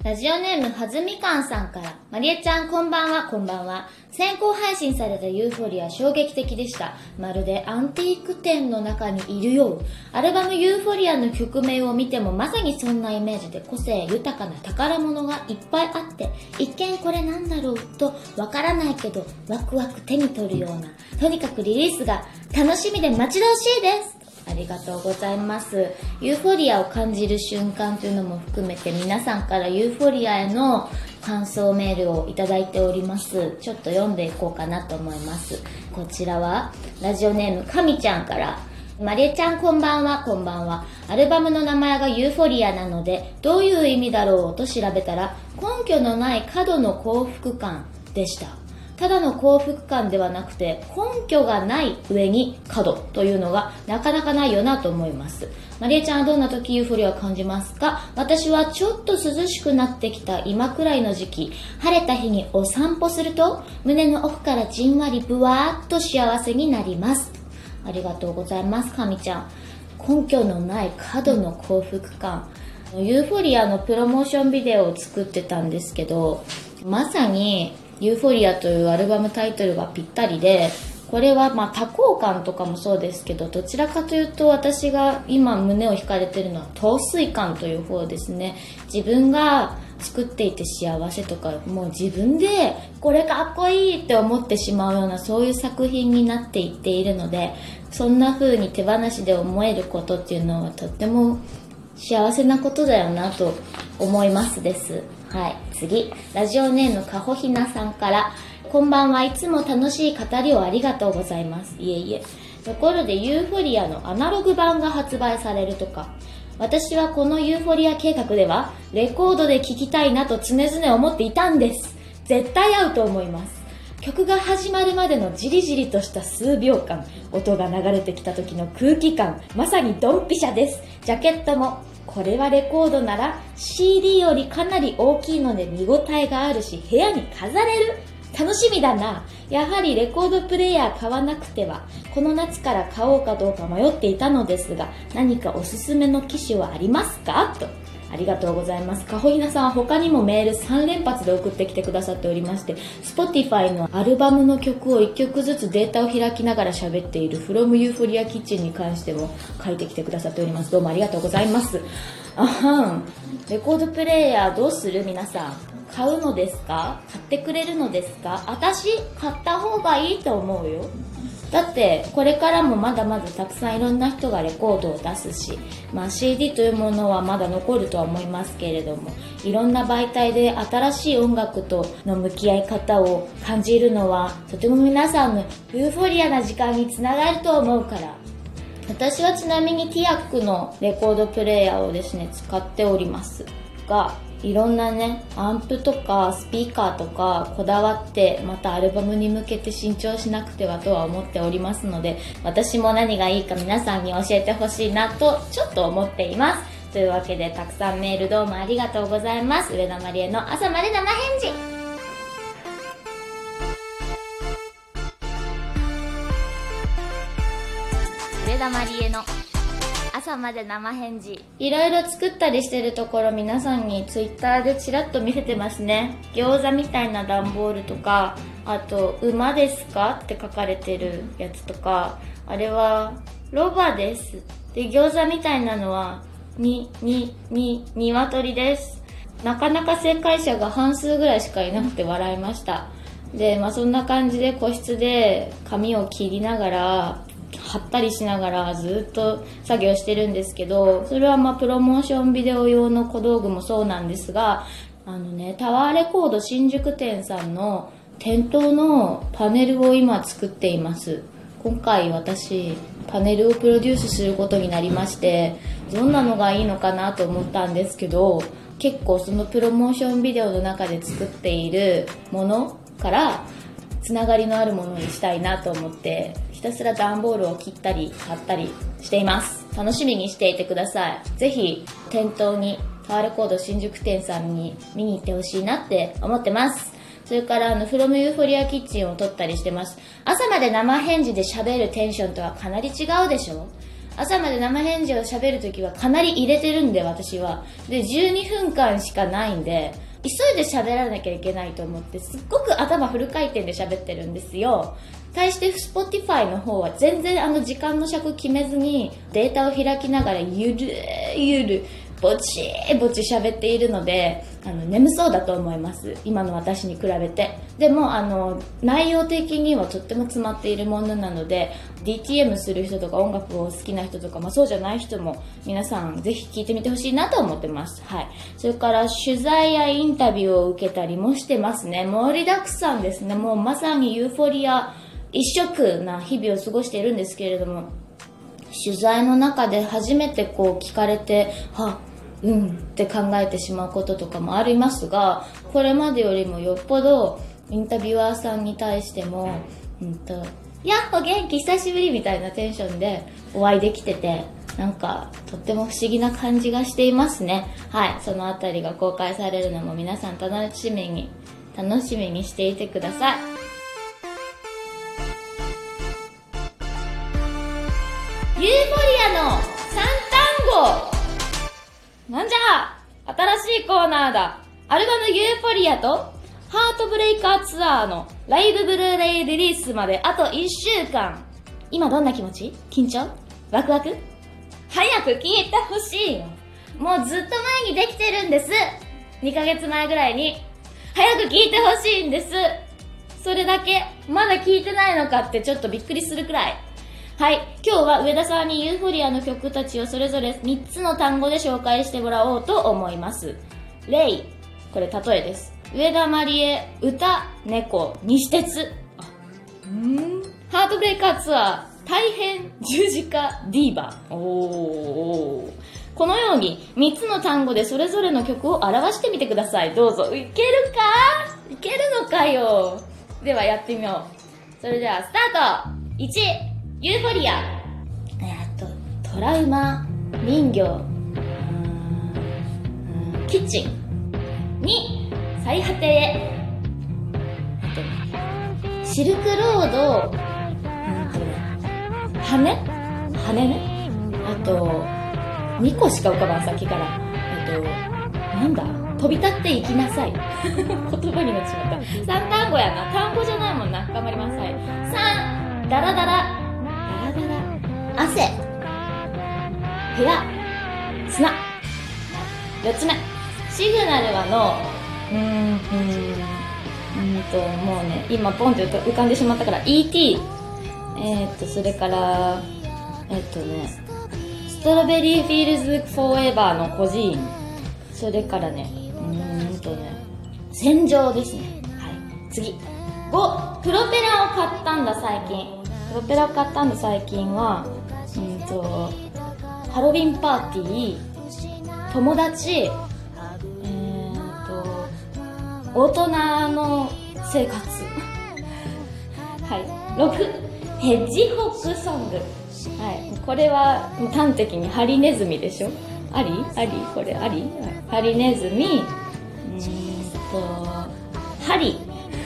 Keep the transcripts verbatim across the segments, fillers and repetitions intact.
ラジオネームはずみかんさんから、まりえちゃんこんばんは、こんばんは。先行配信されたユーフォリア衝撃的でした。まるでアンティーク店の中にいるよう。アルバムユーフォリアの曲名を見てもまさにそんなイメージで個性豊かな宝物がいっぱいあって、一見これなんだろうとわからないけどワクワク手に取るような、とにかくリリースが楽しみで待ち遠しいです。ありがとうございます。ユーフォリアを感じる瞬間というのも含めて皆さんからユーフォリアへの感想メールをいただいております。ちょっと読んでいこうかなと思います。こちらはラジオネームかみちゃんから、まりえちゃんこんばんは、こんばんは。アルバムの名前がユーフォリアなのでどういう意味だろうと調べたら、根拠のない過度の幸福感でした。ただの幸福感ではなくて、根拠がない上に角というのがなかなかないよなと思います。まりえちゃんはどんな時ユーフォリアを感じますか？私はちょっと涼しくなってきた今くらいの時期、晴れた日にお散歩すると胸の奥からじんわりぶわーっと幸せになります。ありがとうございます、かみちゃん。根拠のない角の幸福感。ユーフォリアのプロモーションビデオを作ってたんですけど、まさにユーフォリアというアルバムタイトルがぴったりで、これはまあ多幸感とかもそうですけど、どちらかというと私が今胸を惹かれているのは陶酔感という方ですね。自分が作っていて幸せとか、もう自分でこれかっこいいって思ってしまうような、そういう作品になっていっているので、そんな風に手放しで思えることっていうのはとっても幸せなことだよなと思いますです。はい、次、ラジオネームかほひなさんから、こんばんはいつも楽しい語りをありがとうございます。いえいえ。ところでユーフォリアのアナログ版が発売されるとか、私はこのユーフォリア計画ではレコードで聴きたいなと常々思っていたんです。絶対合うと思います。曲が始まるまでのじりじりとした数秒間、音が流れてきた時の空気感、まさにドンピシャです。ジャケットも、これはレコードなら シーディー よりかなり大きいので見応えがあるし、部屋に飾れる。楽しみだな。やはりレコードプレイヤー買わなくては、この夏から買おうかどうか迷っていたのですが、何かおすすめの機種はありますか？と。ありがとうございます。かほひなさんは他にもメールさん連発で送ってきてくださっておりまして、Spotify のアルバムの曲をいっきょくずつデータを開きながら喋っている From Euphoria Kitchen に関しても書いてきてくださっております。どうもありがとうございます。あはん。レコードプレイヤーどうする？皆さん。買うのですか？買ってくれるのですか？私、買った方がいいと思うよ。だってこれからもまだまだたくさんいろんな人がレコードを出すし、まあ、シーディー というものはまだ残るとは思いますけれども、いろんな媒体で新しい音楽との向き合い方を感じるのはとても皆さんのユーフォリアな時間につながると思うから。私はちなみにティアックのレコードプレイヤーをですね使っておりますが、いろんなねアンプとかスピーカーとかこだわって、またアルバムに向けて新調しなくてはとは思っておりますので、私も何がいいか皆さんに教えてほしいなとちょっと思っています。というわけでたくさんメールどうもありがとうございます。上田まりえの朝まで生返事。上田まりえの朝まで生返事。いろいろ作ったりしてるところ皆さんにツイッターでチラッと見せてますね。餃子みたいな段ボールとか、あと馬ですかって書かれてるやつとか、あれはロバです。で餃子みたいなのはににに鶏です。なかなか正解者が半数ぐらいしかいなくて笑いました。でまあそんな感じで個室で髪を切りながら貼ったりしながらずっと作業してるんですけど、それはまあプロモーションビデオ用の小道具もそうなんですが、あのねタワーレコード新宿店さんの店頭のパネルを今作っています。今回私パネルをプロデュースすることになりまして、どんなのがいいのかなと思ったんですけど、結構そのプロモーションビデオの中で作っているものからつながりのあるものにしたいなと思って、ひたすら段ボールを切ったり貼ったりしています。楽しみにしていてください。ぜひ店頭にタワーレコード新宿店さんに見に行ってほしいなって思ってます。それからあの From Euphoria Kitchen を撮ったりしてます。朝まで生返事で喋るテンションとはかなり違うでしょ。 朝まで生返事を喋るときはかなり入れてるんで、私は。で、じゅうにふんかんしかないんで、急いで喋らなきゃいけないと思って、すっごく頭フル回転で喋ってるんですよ。対して Spotify の方は全然あの時間の尺決めずにデータを開きながらゆるゆるぼちぼち喋っているので、あの眠そうだと思います、今の私に比べて。でもあの内容的にはとっても詰まっているものなので、 ディーティーエム する人とか音楽を好きな人とか、まあ、そうじゃない人も皆さんぜひ聞いてみてほしいなと思ってます。はい。それから取材やインタビューを受けたりもしてますね。盛りだくさんですね。もうまさにユーフォリア一色な日々を過ごしているんですけれども、取材の中で初めてこう聞かれて、はうんって考えてしまうこととかもありますが、これまでよりもよっぽどインタビュアーさんに対しても、うんと、やっほ元気久しぶりみたいなテンションでお会いできてて、なんかとっても不思議な感じがしていますね。はい。そのあたりが公開されるのも皆さん楽しみに楽しみにしていてください。ユーフォリアの三単語。なんじゃ、新しいコーナーだ。アルバムユーフォリアとハートブレイカーツアーのライブブルーレイリリースまであといっしゅうかん。今どんな気持ち？緊張？ワクワク？早く聞いてほしいよ。もうずっと前にできてるんです。にかげつまえぐらいに。早く聞いてほしいんです。それだけ。まだ聞いてないのかってちょっとびっくりするくらい。はい。今日は上田さんにユーフォリアの曲たちをそれぞれみっつの単語で紹介してもらおうと思います。レイ。これ例えです。上田まりえ、歌、猫、西鉄。あ、うーん。ハートブレイカーツアー、大変、十字架、ディーバ。おー。このようにみっつの単語でそれぞれの曲を表してみてください。どうぞ。いけるか？いけるのかよ。ではやってみよう。それではスタート。いち、ユーフォリア。えっと、トラウマ、人魚、うーん、キッチン。に、最果てへ。シルクロード、うんとね、羽羽ね。あと、にこしか浮かばん、さっきから。えっと、なんだ飛び立っていきなさい。言葉になっちまった。さん単語やな。単語じゃないもんな。頑張ります。はい。さん、ダラダラ。ダラダラ。汗。部屋。砂。よっつめ。シグナルはの、うーん、うーん、うんと、もうね、今ポンって浮かんでしまったから、イーティー。えー、っと、それから、えー、っとね、ストロベリーフィールズフォーエバーの孤児院。それからね、うーんとね、戦場ですね。はい。次。ご、プロペラを買ったんだ最近。プロペラを買ったんだ最近は、うんと、ハロウィンパーティー、友達、えーと、大人の生活。はい。ろく、ヘッジホックソング。はい。これは端的にハリネズミでしょ？あり？あり？これあり？はい、ハリネズミ、うーんと、ハリ。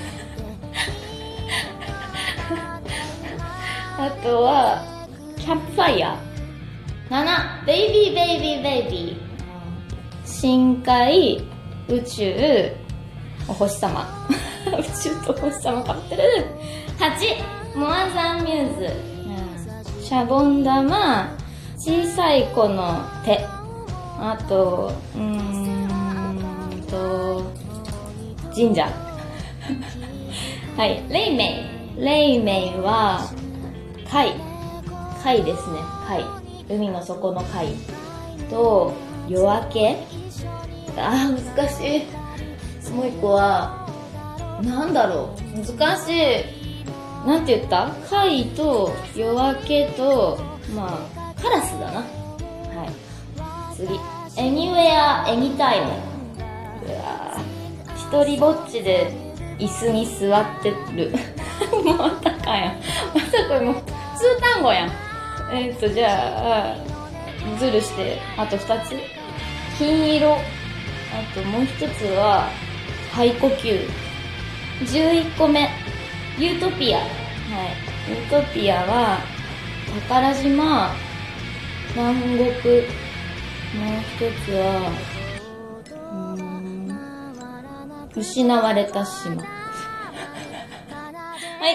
あとは、キャンプファイヤー。なな、ベイビーベイビーベイビー。深海、宇宙、お星様。宇宙とお星様かぶってる。はち、モアザンミューズ。シャボン玉、小さい子の手。あと、うーんと、神社。はい、レイメイ。レイメイは、貝。貝ですね。貝。海の底の貝。と、夜明け。あー、難しい。もう一個は、なんだろう。難しい。なんて言った？貝と夜明けと、まあ、カラスだな。はい。次。anywhere, anytime。うわぁ。一人ぼっちで椅子に座ってる。もうあったかやん。まさかもう、通単語やん。えーっと、じゃあ、ズルして、あと二つ。金色。あともう一つは、肺呼吸。じゅういっこめ。ユートピア。はい。ユートピアは、宝島、 南国、もう一つは、うーん、失われた島。はい、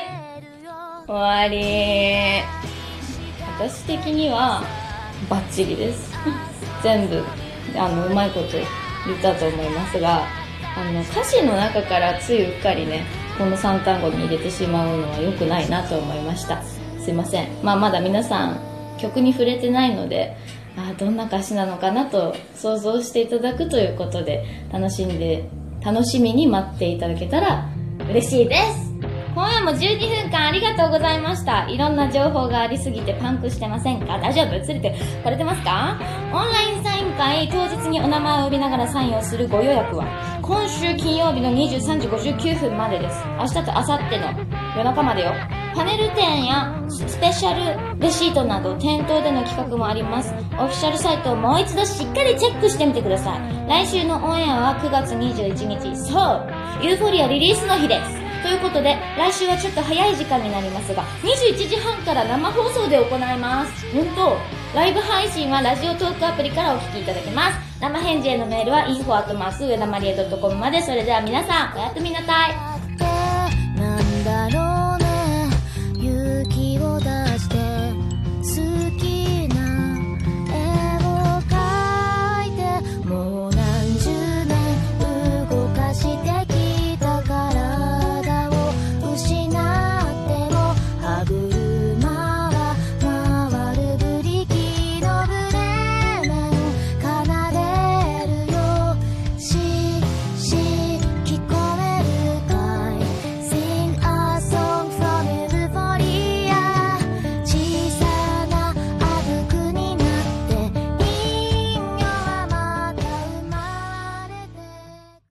終わり。私的にはバッチリです。全部あのうまいこと言ったと思いますが、あの歌詞の中からついうっかりね、このさん単語に入れてしまうのは良くないなと思いました。すいません。まあまだ皆さん曲に触れてないので、あどんな歌詞なのかなと想像していただくということで、楽しんで楽しみに待っていただけたら嬉しいです。今夜もじゅうにふんかんありがとうございました。いろんな情報がありすぎてパンクしてませんか？大丈夫？釣れてこれてますか？オンラインサイン会当日にお名前を呼びながらサインをするご予約は今週金曜日のにじゅうさんじごじゅうきゅうふんまでです。明日と明後日の夜中までよ。パネル展やスペシャルレシートなど店頭での企画もあります。オフィシャルサイトをもう一度しっかりチェックしてみてください。来週のオンエアはくがつにじゅういちにち、そう、ユーフォリアリリースの日です。ということで、来週はちょっと早い時間になりますが、にじゅういちじはんから生放送で行います。ほんと、ライブ配信はラジオトークアプリからお聞きいただけます。生返事へのメールは インフォ アットマーク 上田マリエ ドットコム まで。それでは皆さん、おやすみなさい。